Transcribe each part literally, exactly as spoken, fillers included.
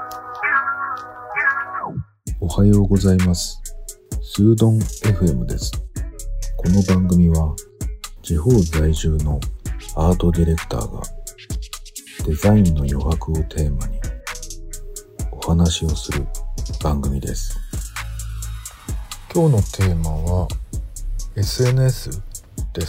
おはようございます。スードン エフエム です。この番組は地方在住のアートディレクターがデザインの余白をテーマにお話をする番組です。今日のテーマは エスエヌエス です。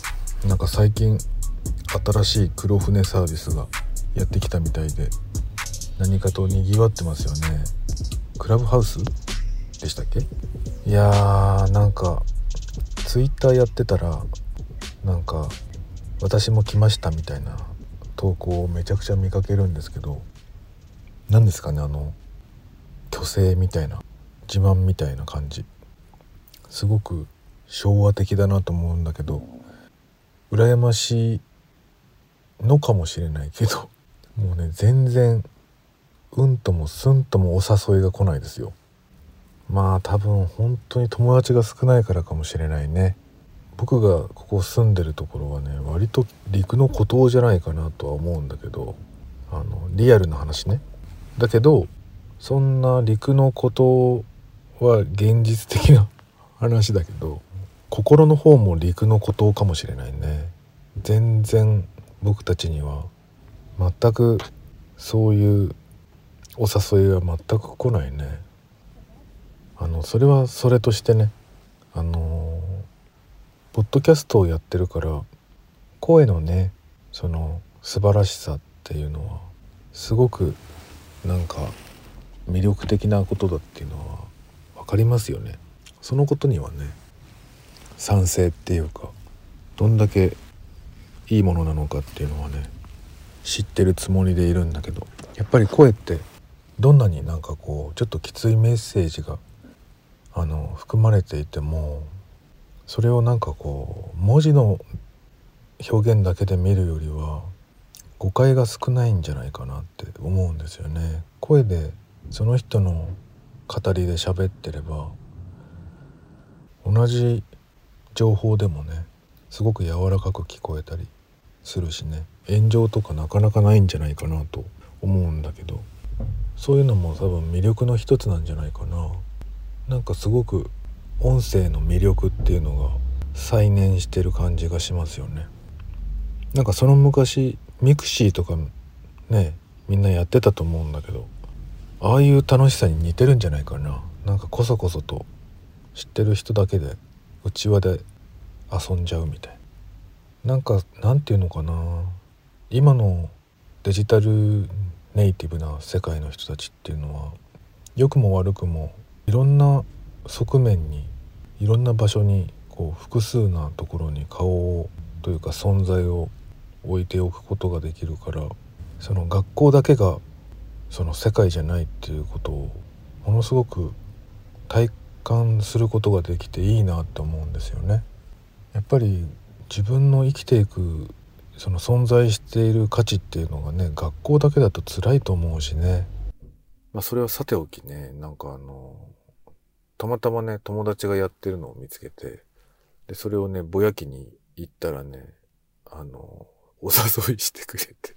なんか最近新しい黒船サービスがやってきたみたいで何かと賑わってますよね。クラブハウスでしたっけ？いやーなんかツイッターやってたらなんか私も来ましたみたいな投稿をめちゃくちゃ見かけるんですけど、何ですかね、あの虚勢みたいな自慢みたいな感じ、すごく昭和的だなと思うんだけど羨ましいのかもしれないけど、もうね全然うんともすんともお誘いが来ないですよ。まあ多分本当に友達が少ないからかもしれないね。僕がここ住んでるところはね割と陸の孤島じゃないかなとは思うんだけど、あのリアルな話ね。だけどそんな陸の孤島は現実的な話だけど、心の方も陸の孤島かもしれないね。全然僕たちには全くそういうお誘いは全く来ないね。あのそれはそれとしてね、あのポッドキャストをやってるから声のねその素晴らしさっていうのはすごくなんか魅力的なことだっていうのは分かりますよね。そのことにはね賛成っていうか、どんだけいいものなのかっていうのはね知ってるつもりでいるんだけど、やっぱり声ってどんなになんかこうちょっときついメッセージがあの含まれていても、それをなんかこう文字の表現だけで見るよりは誤解が少ないんじゃないかなって思うんですよね。声でその人の語りで喋ってれば同じ情報でもねすごく柔らかく聞こえたりするしね、炎上とかなかなかないんじゃないかなと思うんだけど、そういうのも多分魅力の一つなんじゃないかな。なんかすごく音声の魅力っていうのが再燃してる感じがしますよね。なんかその昔ミクシーとかねみんなやってたと思うんだけど、ああいう楽しさに似てるんじゃないかな。なんかこそこそと知ってる人だけで内輪で遊んじゃうみたいな、なんかなんていうのかな、今のデジタルネイティブな世界の人たちっていうのは良くも悪くもいろんな側面にいろんな場所にこう複数なところに顔をというか存在を置いておくことができるから、その学校だけがその世界じゃないっていうことをものすごく体感することができていいなと思うんですよね。やっぱり自分の生きていくその存在している価値っていうのがね学校だけだと辛いと思うしね。まあそれはさておきね、なんかあのたまたまね友達がやってるのを見つけて、でそれをねぼやきに言ったらねあのお誘いしてくれて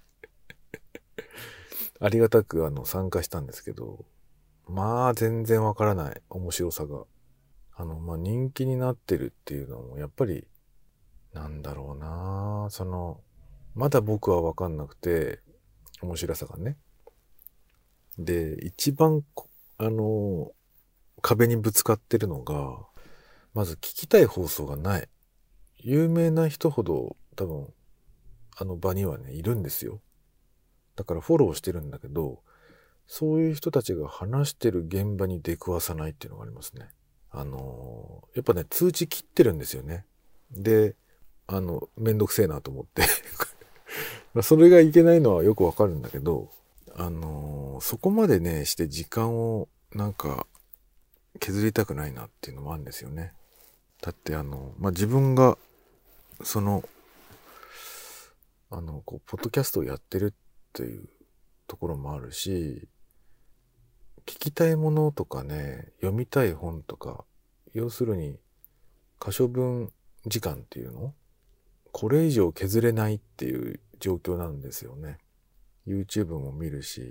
ありがたくあの参加したんですけど、まあ全然わからない面白さが、あのまあ人気になってるっていうのもやっぱりなんだろうな、そのまだ僕はわかんなくて面白さがね。で一番あの壁にぶつかってるのが、まず聞きたい放送がない。有名な人ほど多分あの場にはねいるんですよ。だからフォローしてるんだけど、そういう人たちが話してる現場に出くわさないっていうのがありますね。あのー、やっぱね通知切ってるんですよね。で、あのめんどくせえなと思ってそれがいけないのはよくわかるんだけど、あのー、そこまでねして時間をなんか削りたくないなっていうのもあるんですよね。だってあの、まあ、自分がそのあのこうポッドキャストをやってるっていうところもあるし、聞きたいものとかね、読みたい本とか、要するに可処分時間っていうの、これ以上削れないっていう状況なんですよね。YouTube も見るし、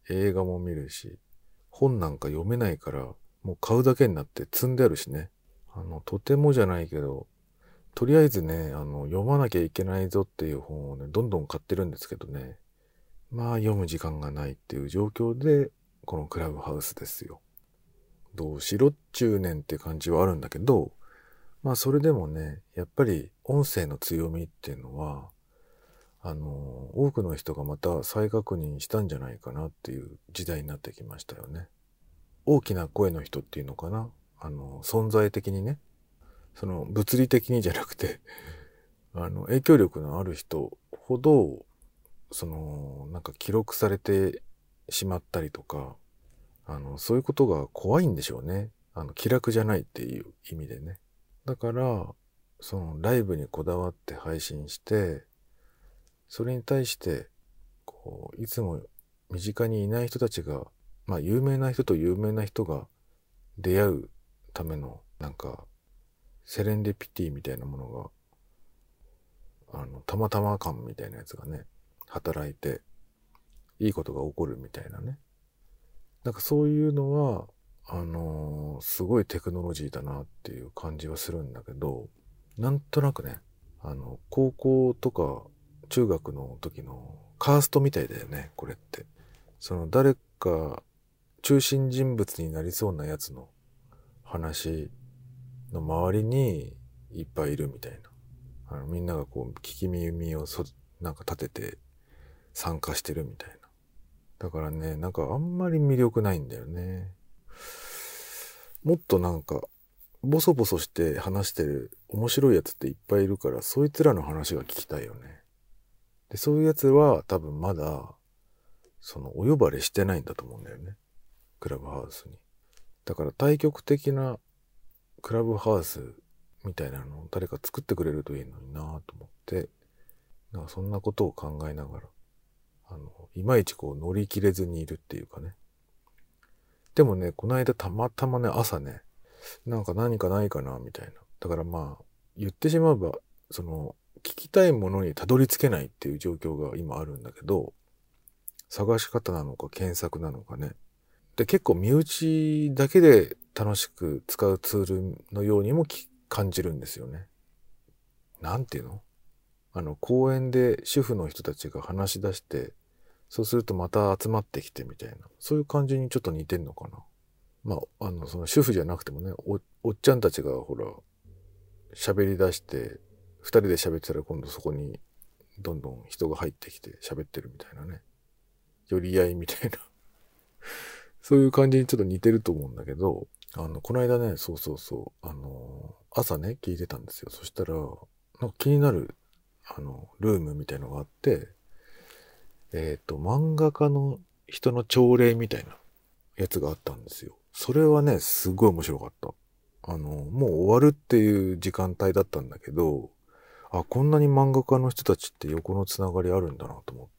映画も見るし、本なんか読めないから、もう買うだけになって積んであるしね。あの、とてもじゃないけど、とりあえずね、あの、読まなきゃいけないぞっていう本をね、どんどん買ってるんですけどね。まあ、読む時間がないっていう状況で、このクラブハウスですよ。どうしろっちゅうねんって感じはあるんだけど、まあ、それでもね、やっぱり音声の強みっていうのは、あの、多くの人がまた再確認したんじゃないかなっていう時代になってきましたよね。大きな声の人っていうのかな。あの、存在的にね、その物理的にじゃなくて、あの、影響力のある人ほど、その、なんか記録されてしまったりとか、あの、そういうことが怖いんでしょうね。あの、気楽じゃないっていう意味でね。だから、その、ライブにこだわって配信して、それに対して、こう、いつも身近にいない人たちが、まあ、有名な人と有名な人が出会うための、なんか、セレンディピティみたいなものが、あの、たまたま感みたいなやつがね、働いて、いいことが起こるみたいなね。なんかそういうのは、あのー、すごいテクノロジーだなっていう感じはするんだけど、なんとなくね、あの、高校とか中学の時のカーストみたいだよね、これって。その誰か中心人物になりそうなやつの話の周りにいっぱいいるみたいな。あのみんながこう聞き耳をそなんか立てて参加してるみたいな。だからね、なんかあんまり魅力ないんだよね。もっとなんかボソボソして話してる面白いやつっていっぱいいるから、そいつらの話が聞きたいよね。で、そういうやつは多分まだそのお呼ばれしてないんだと思うんだよね。クラブハウスに。だから対極的なクラブハウスみたいなのを誰か作ってくれるといいのになぁと思って、なんかそんなことを考えながら、あの、いまいちこう乗り切れずにいるっていうかね。でもね、この間たまたまね、朝ね、なんか何かないかなみたいな。だからまあ、言ってしまえば、その、聞きたいものにたどり着けないっていう状況が今あるんだけど、探し方なのか検索なのかね。で、結構身内だけで楽しく使うツールのようにも感じるんですよね。なんていうの？あの、公園で主婦の人たちが話し出して、そうするとまた集まってきてみたいな。そういう感じにちょっと似てんのかな。まあ、あの、その主婦じゃなくてもね、お、おっちゃんたちがほら、喋り出して、二人で喋ってたら今度そこにどんどん人が入ってきて喋ってるみたいなね。寄り合いみたいな。そういう感じにちょっと似てると思うんだけど、あの、この間ね、そうそうそう、あの、朝ね、聞いてたんですよ。そしたら、なんか気になる、あの、ルームみたいのがあって、えっと、漫画家の人の朝礼みたいなやつがあったんですよ。それはね、すごい面白かった。あの、もう終わるっていう時間帯だったんだけど、あ、こんなに漫画家の人たちって横のつながりあるんだなと思って、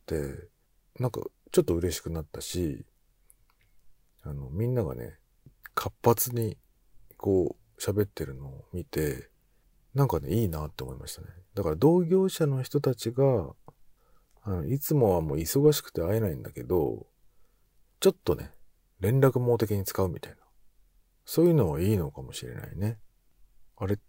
なんかちょっと嬉しくなったし、あの、みんながね、活発にこう喋ってるのを見て、なんかね、いいなって思いましたね。だから同業者の人たちが、あの、いつもはもう忙しくて会えないんだけど、ちょっとね、連絡網的に使うみたいな。そういうのはいいのかもしれないね。あれって、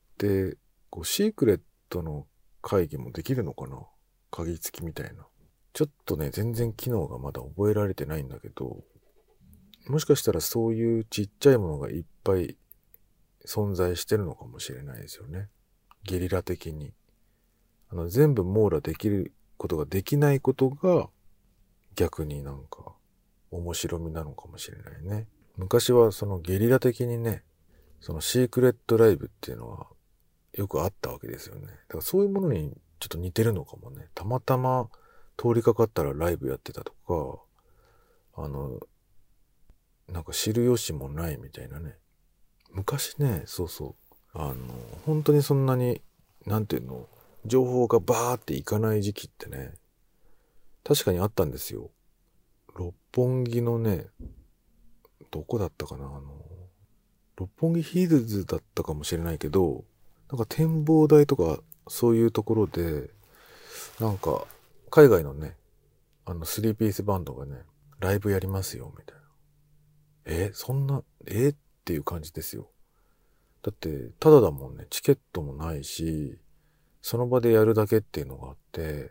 こう、シークレットの会議もできるのかな？鍵付きみたいな。ちょっとね、全然機能がまだ覚えられてないんだけど、もしかしたらそういうちっちゃいものがいっぱい存在してるのかもしれないですよね。ゲリラ的に。あの、全部網羅できることができないことが逆になんか面白みなのかもしれないね。昔はそのゲリラ的にね、そのシークレットライブっていうのはよくあったわけですよね。だからそういうものにちょっと似てるのかもね。たまたま通りかかったらライブやってたとか、あの、なんか知る由もないみたいなね。昔ね、そうそう。あの、本当にそんなに、なんていうの、情報がバーっていかない時期ってね、確かにあったんですよ。六本木のね、どこだったかな、あの、六本木ヒルズだったかもしれないけど、なんか展望台とかそういうところで、なんか海外のね、あのスリーピースバンドがね、 ライブやりますよみたいな。えそんなえっていう感じですよ。だってただだもんね。チケットもないし、その場でやるだけっていうのがあって、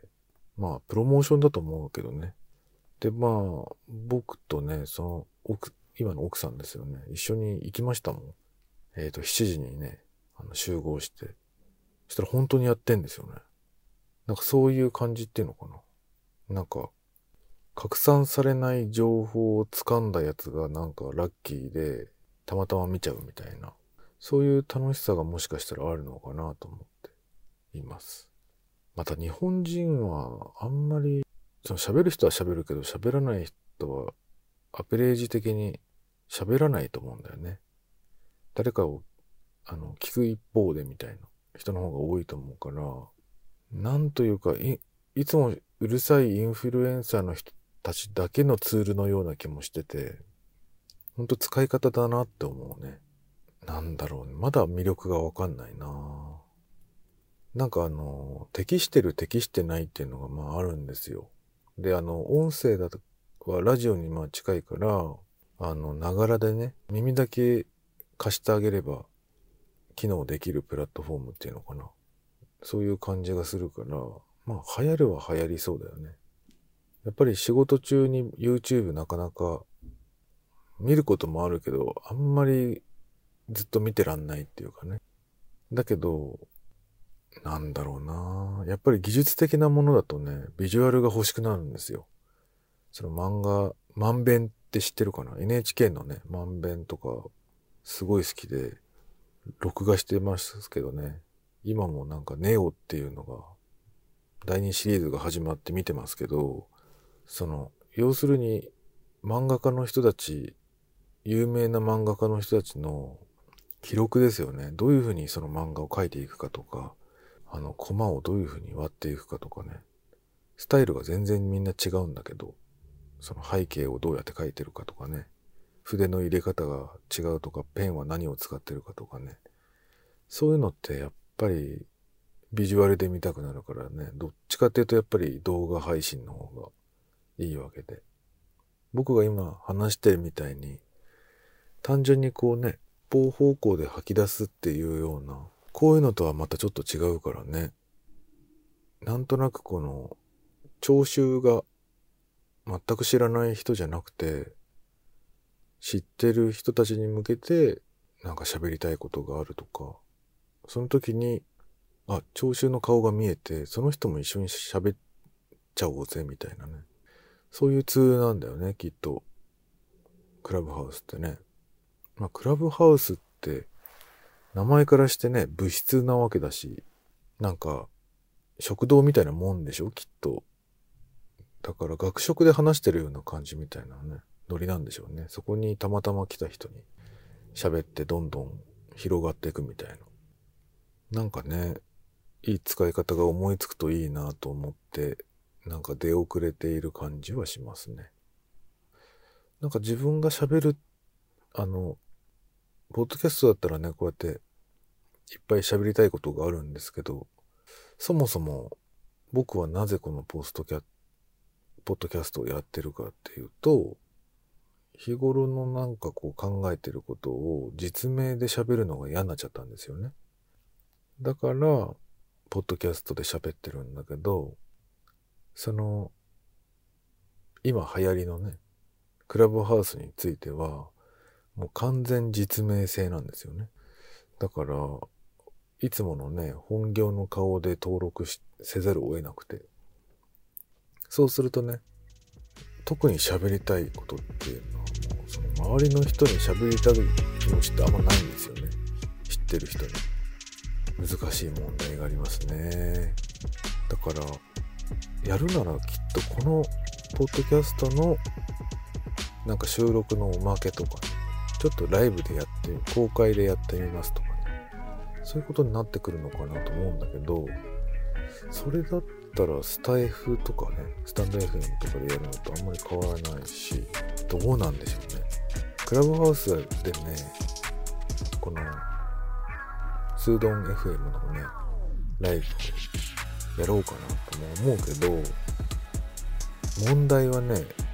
まあプロモーションだと思うけどね。でまあ僕とね、その奥今の奥さんですよね、一緒に行きましたもん。えっとしちじにね、あの集合して、そしたら本当にやってんですよね。なんかそういう感じっていうのかな。なんか拡散されない情報を掴んだやつがなんかラッキーでたまたま見ちゃうみたいな、そういう楽しさがもしかしたらあるのかなと思っています。また日本人はあんまりその喋る人は喋るけど、喋らない人はアベレージ的に喋らないと思うんだよね。誰かをあの聞く一方でみたいな人の方が多いと思うから、なんというか い, いつもうるさいインフルエンサーの人たちだけのツールのような気もしてて、ほんと使い方だなって思うね。なんだろうね、まだ魅力がわかんないな。なんかあの適してる適してないっていうのがまああるんですよ。であの音声だとはラジオにまあ近いから、あのながらでね、耳だけ貸してあげれば機能できるプラットフォームっていうのかな、そういう感じがするから、まあ流行るは流行りそうだよね。やっぱり仕事中に YouTube なかなか見ることもあるけど、あんまりずっと見てらんないっていうかね。だけどなんだろうな、やっぱり技術的なものだとね、ビジュアルが欲しくなるんですよ。その漫画、漫弁って知ってるかな？ エヌエイチケー のね、漫弁とかすごい好きで録画してますけどね。今もなんかネオっていうのがだいにシリーズが始まって見てますけど、その要するに漫画家の人たち、有名な漫画家の人たちの記録ですよね。どういうふうにその漫画を描いていくかとか、あのコマをどういうふうに割っていくかとかね、スタイルが全然みんな違うんだけど、その背景をどうやって描いてるかとかね、筆の入れ方が違うとか、ペンは何を使ってるかとかね、そういうのってやっぱりビジュアルで見たくなるからね、どっちかっていうとやっぱり動画配信の方がいいわけで、僕が今話してるみたいに単純にこうね、一方方向で吐き出すっていうような、こういうのとはまたちょっと違うからね。なんとなくこの聴衆が全く知らない人じゃなくて、知ってる人たちに向けてなんか喋りたいことがあるとか、その時にあ、聴衆の顔が見えて、その人も一緒に喋っちゃおうぜみたいなね、そういうツールなんだよね、きっとクラブハウスってね。まあクラブハウスって名前からしてね、物質なわけだし、なんか食堂みたいなもんでしょ、きっと。だから学食で話してるような感じみたいなね、ノリなんでしょうね。そこにたまたま来た人に喋ってどんどん広がっていくみたいな。なんかね、いい使い方が思いつくといいなと思って、なんか出遅れている感じはしますね。なんか自分が喋る、あの、ポッドキャストだったらね、こうやっていっぱい喋りたいことがあるんですけど、そもそも僕はなぜこのポストキャポッドキャストをやってるかっていうと、日頃のなんかこう考えてることを実名で喋るのが嫌になっちゃったんですよね。だからポッドキャストで喋ってるんだけど、その今流行りのね、クラブハウスについてはもう完全実名制なんですよね。だからいつものね、本業の顔で登録しせざるを得なくて、そうするとね、特に喋りたいことっていうのはもうその周りの人に喋りたい気持ちってあんまないんですよね。知ってる人に。難しい問題がありますね。だからやるならきっとこのポッドキャストのなんか収録のおまけとかね、ちょっとライブでやって公開でやってみますとかね、そういうことになってくるのかなと思うんだけど、それだったらスタイフとかね、スタンド エフエム とかでやるのとあんまり変わらないし、どうなんでしょうね。クラブハウスでね、このスードン エフエム のねライブをやろうかなとも思うけど、問題はね、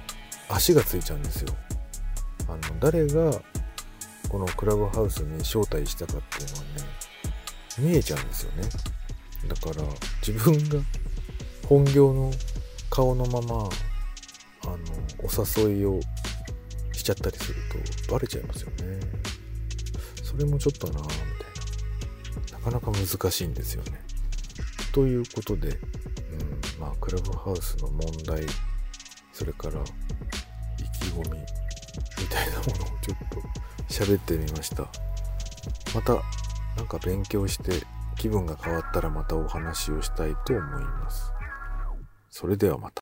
足がついちゃうんですよ。あの誰がこのクラブハウスに招待したかっていうのはね見えちゃうんですよね。だから自分が本業の顔のままあのお誘いをしちゃったりするとバレちゃいますよね。それもちょっとなぁみたいな、なかなか難しいんですよね。ということで、うん、まあクラブハウスの問題、それから意気込みみたいなものをちょっと喋ってみました。またなんか勉強して気分が変わったらまたお話をしたいと思います。それではまた。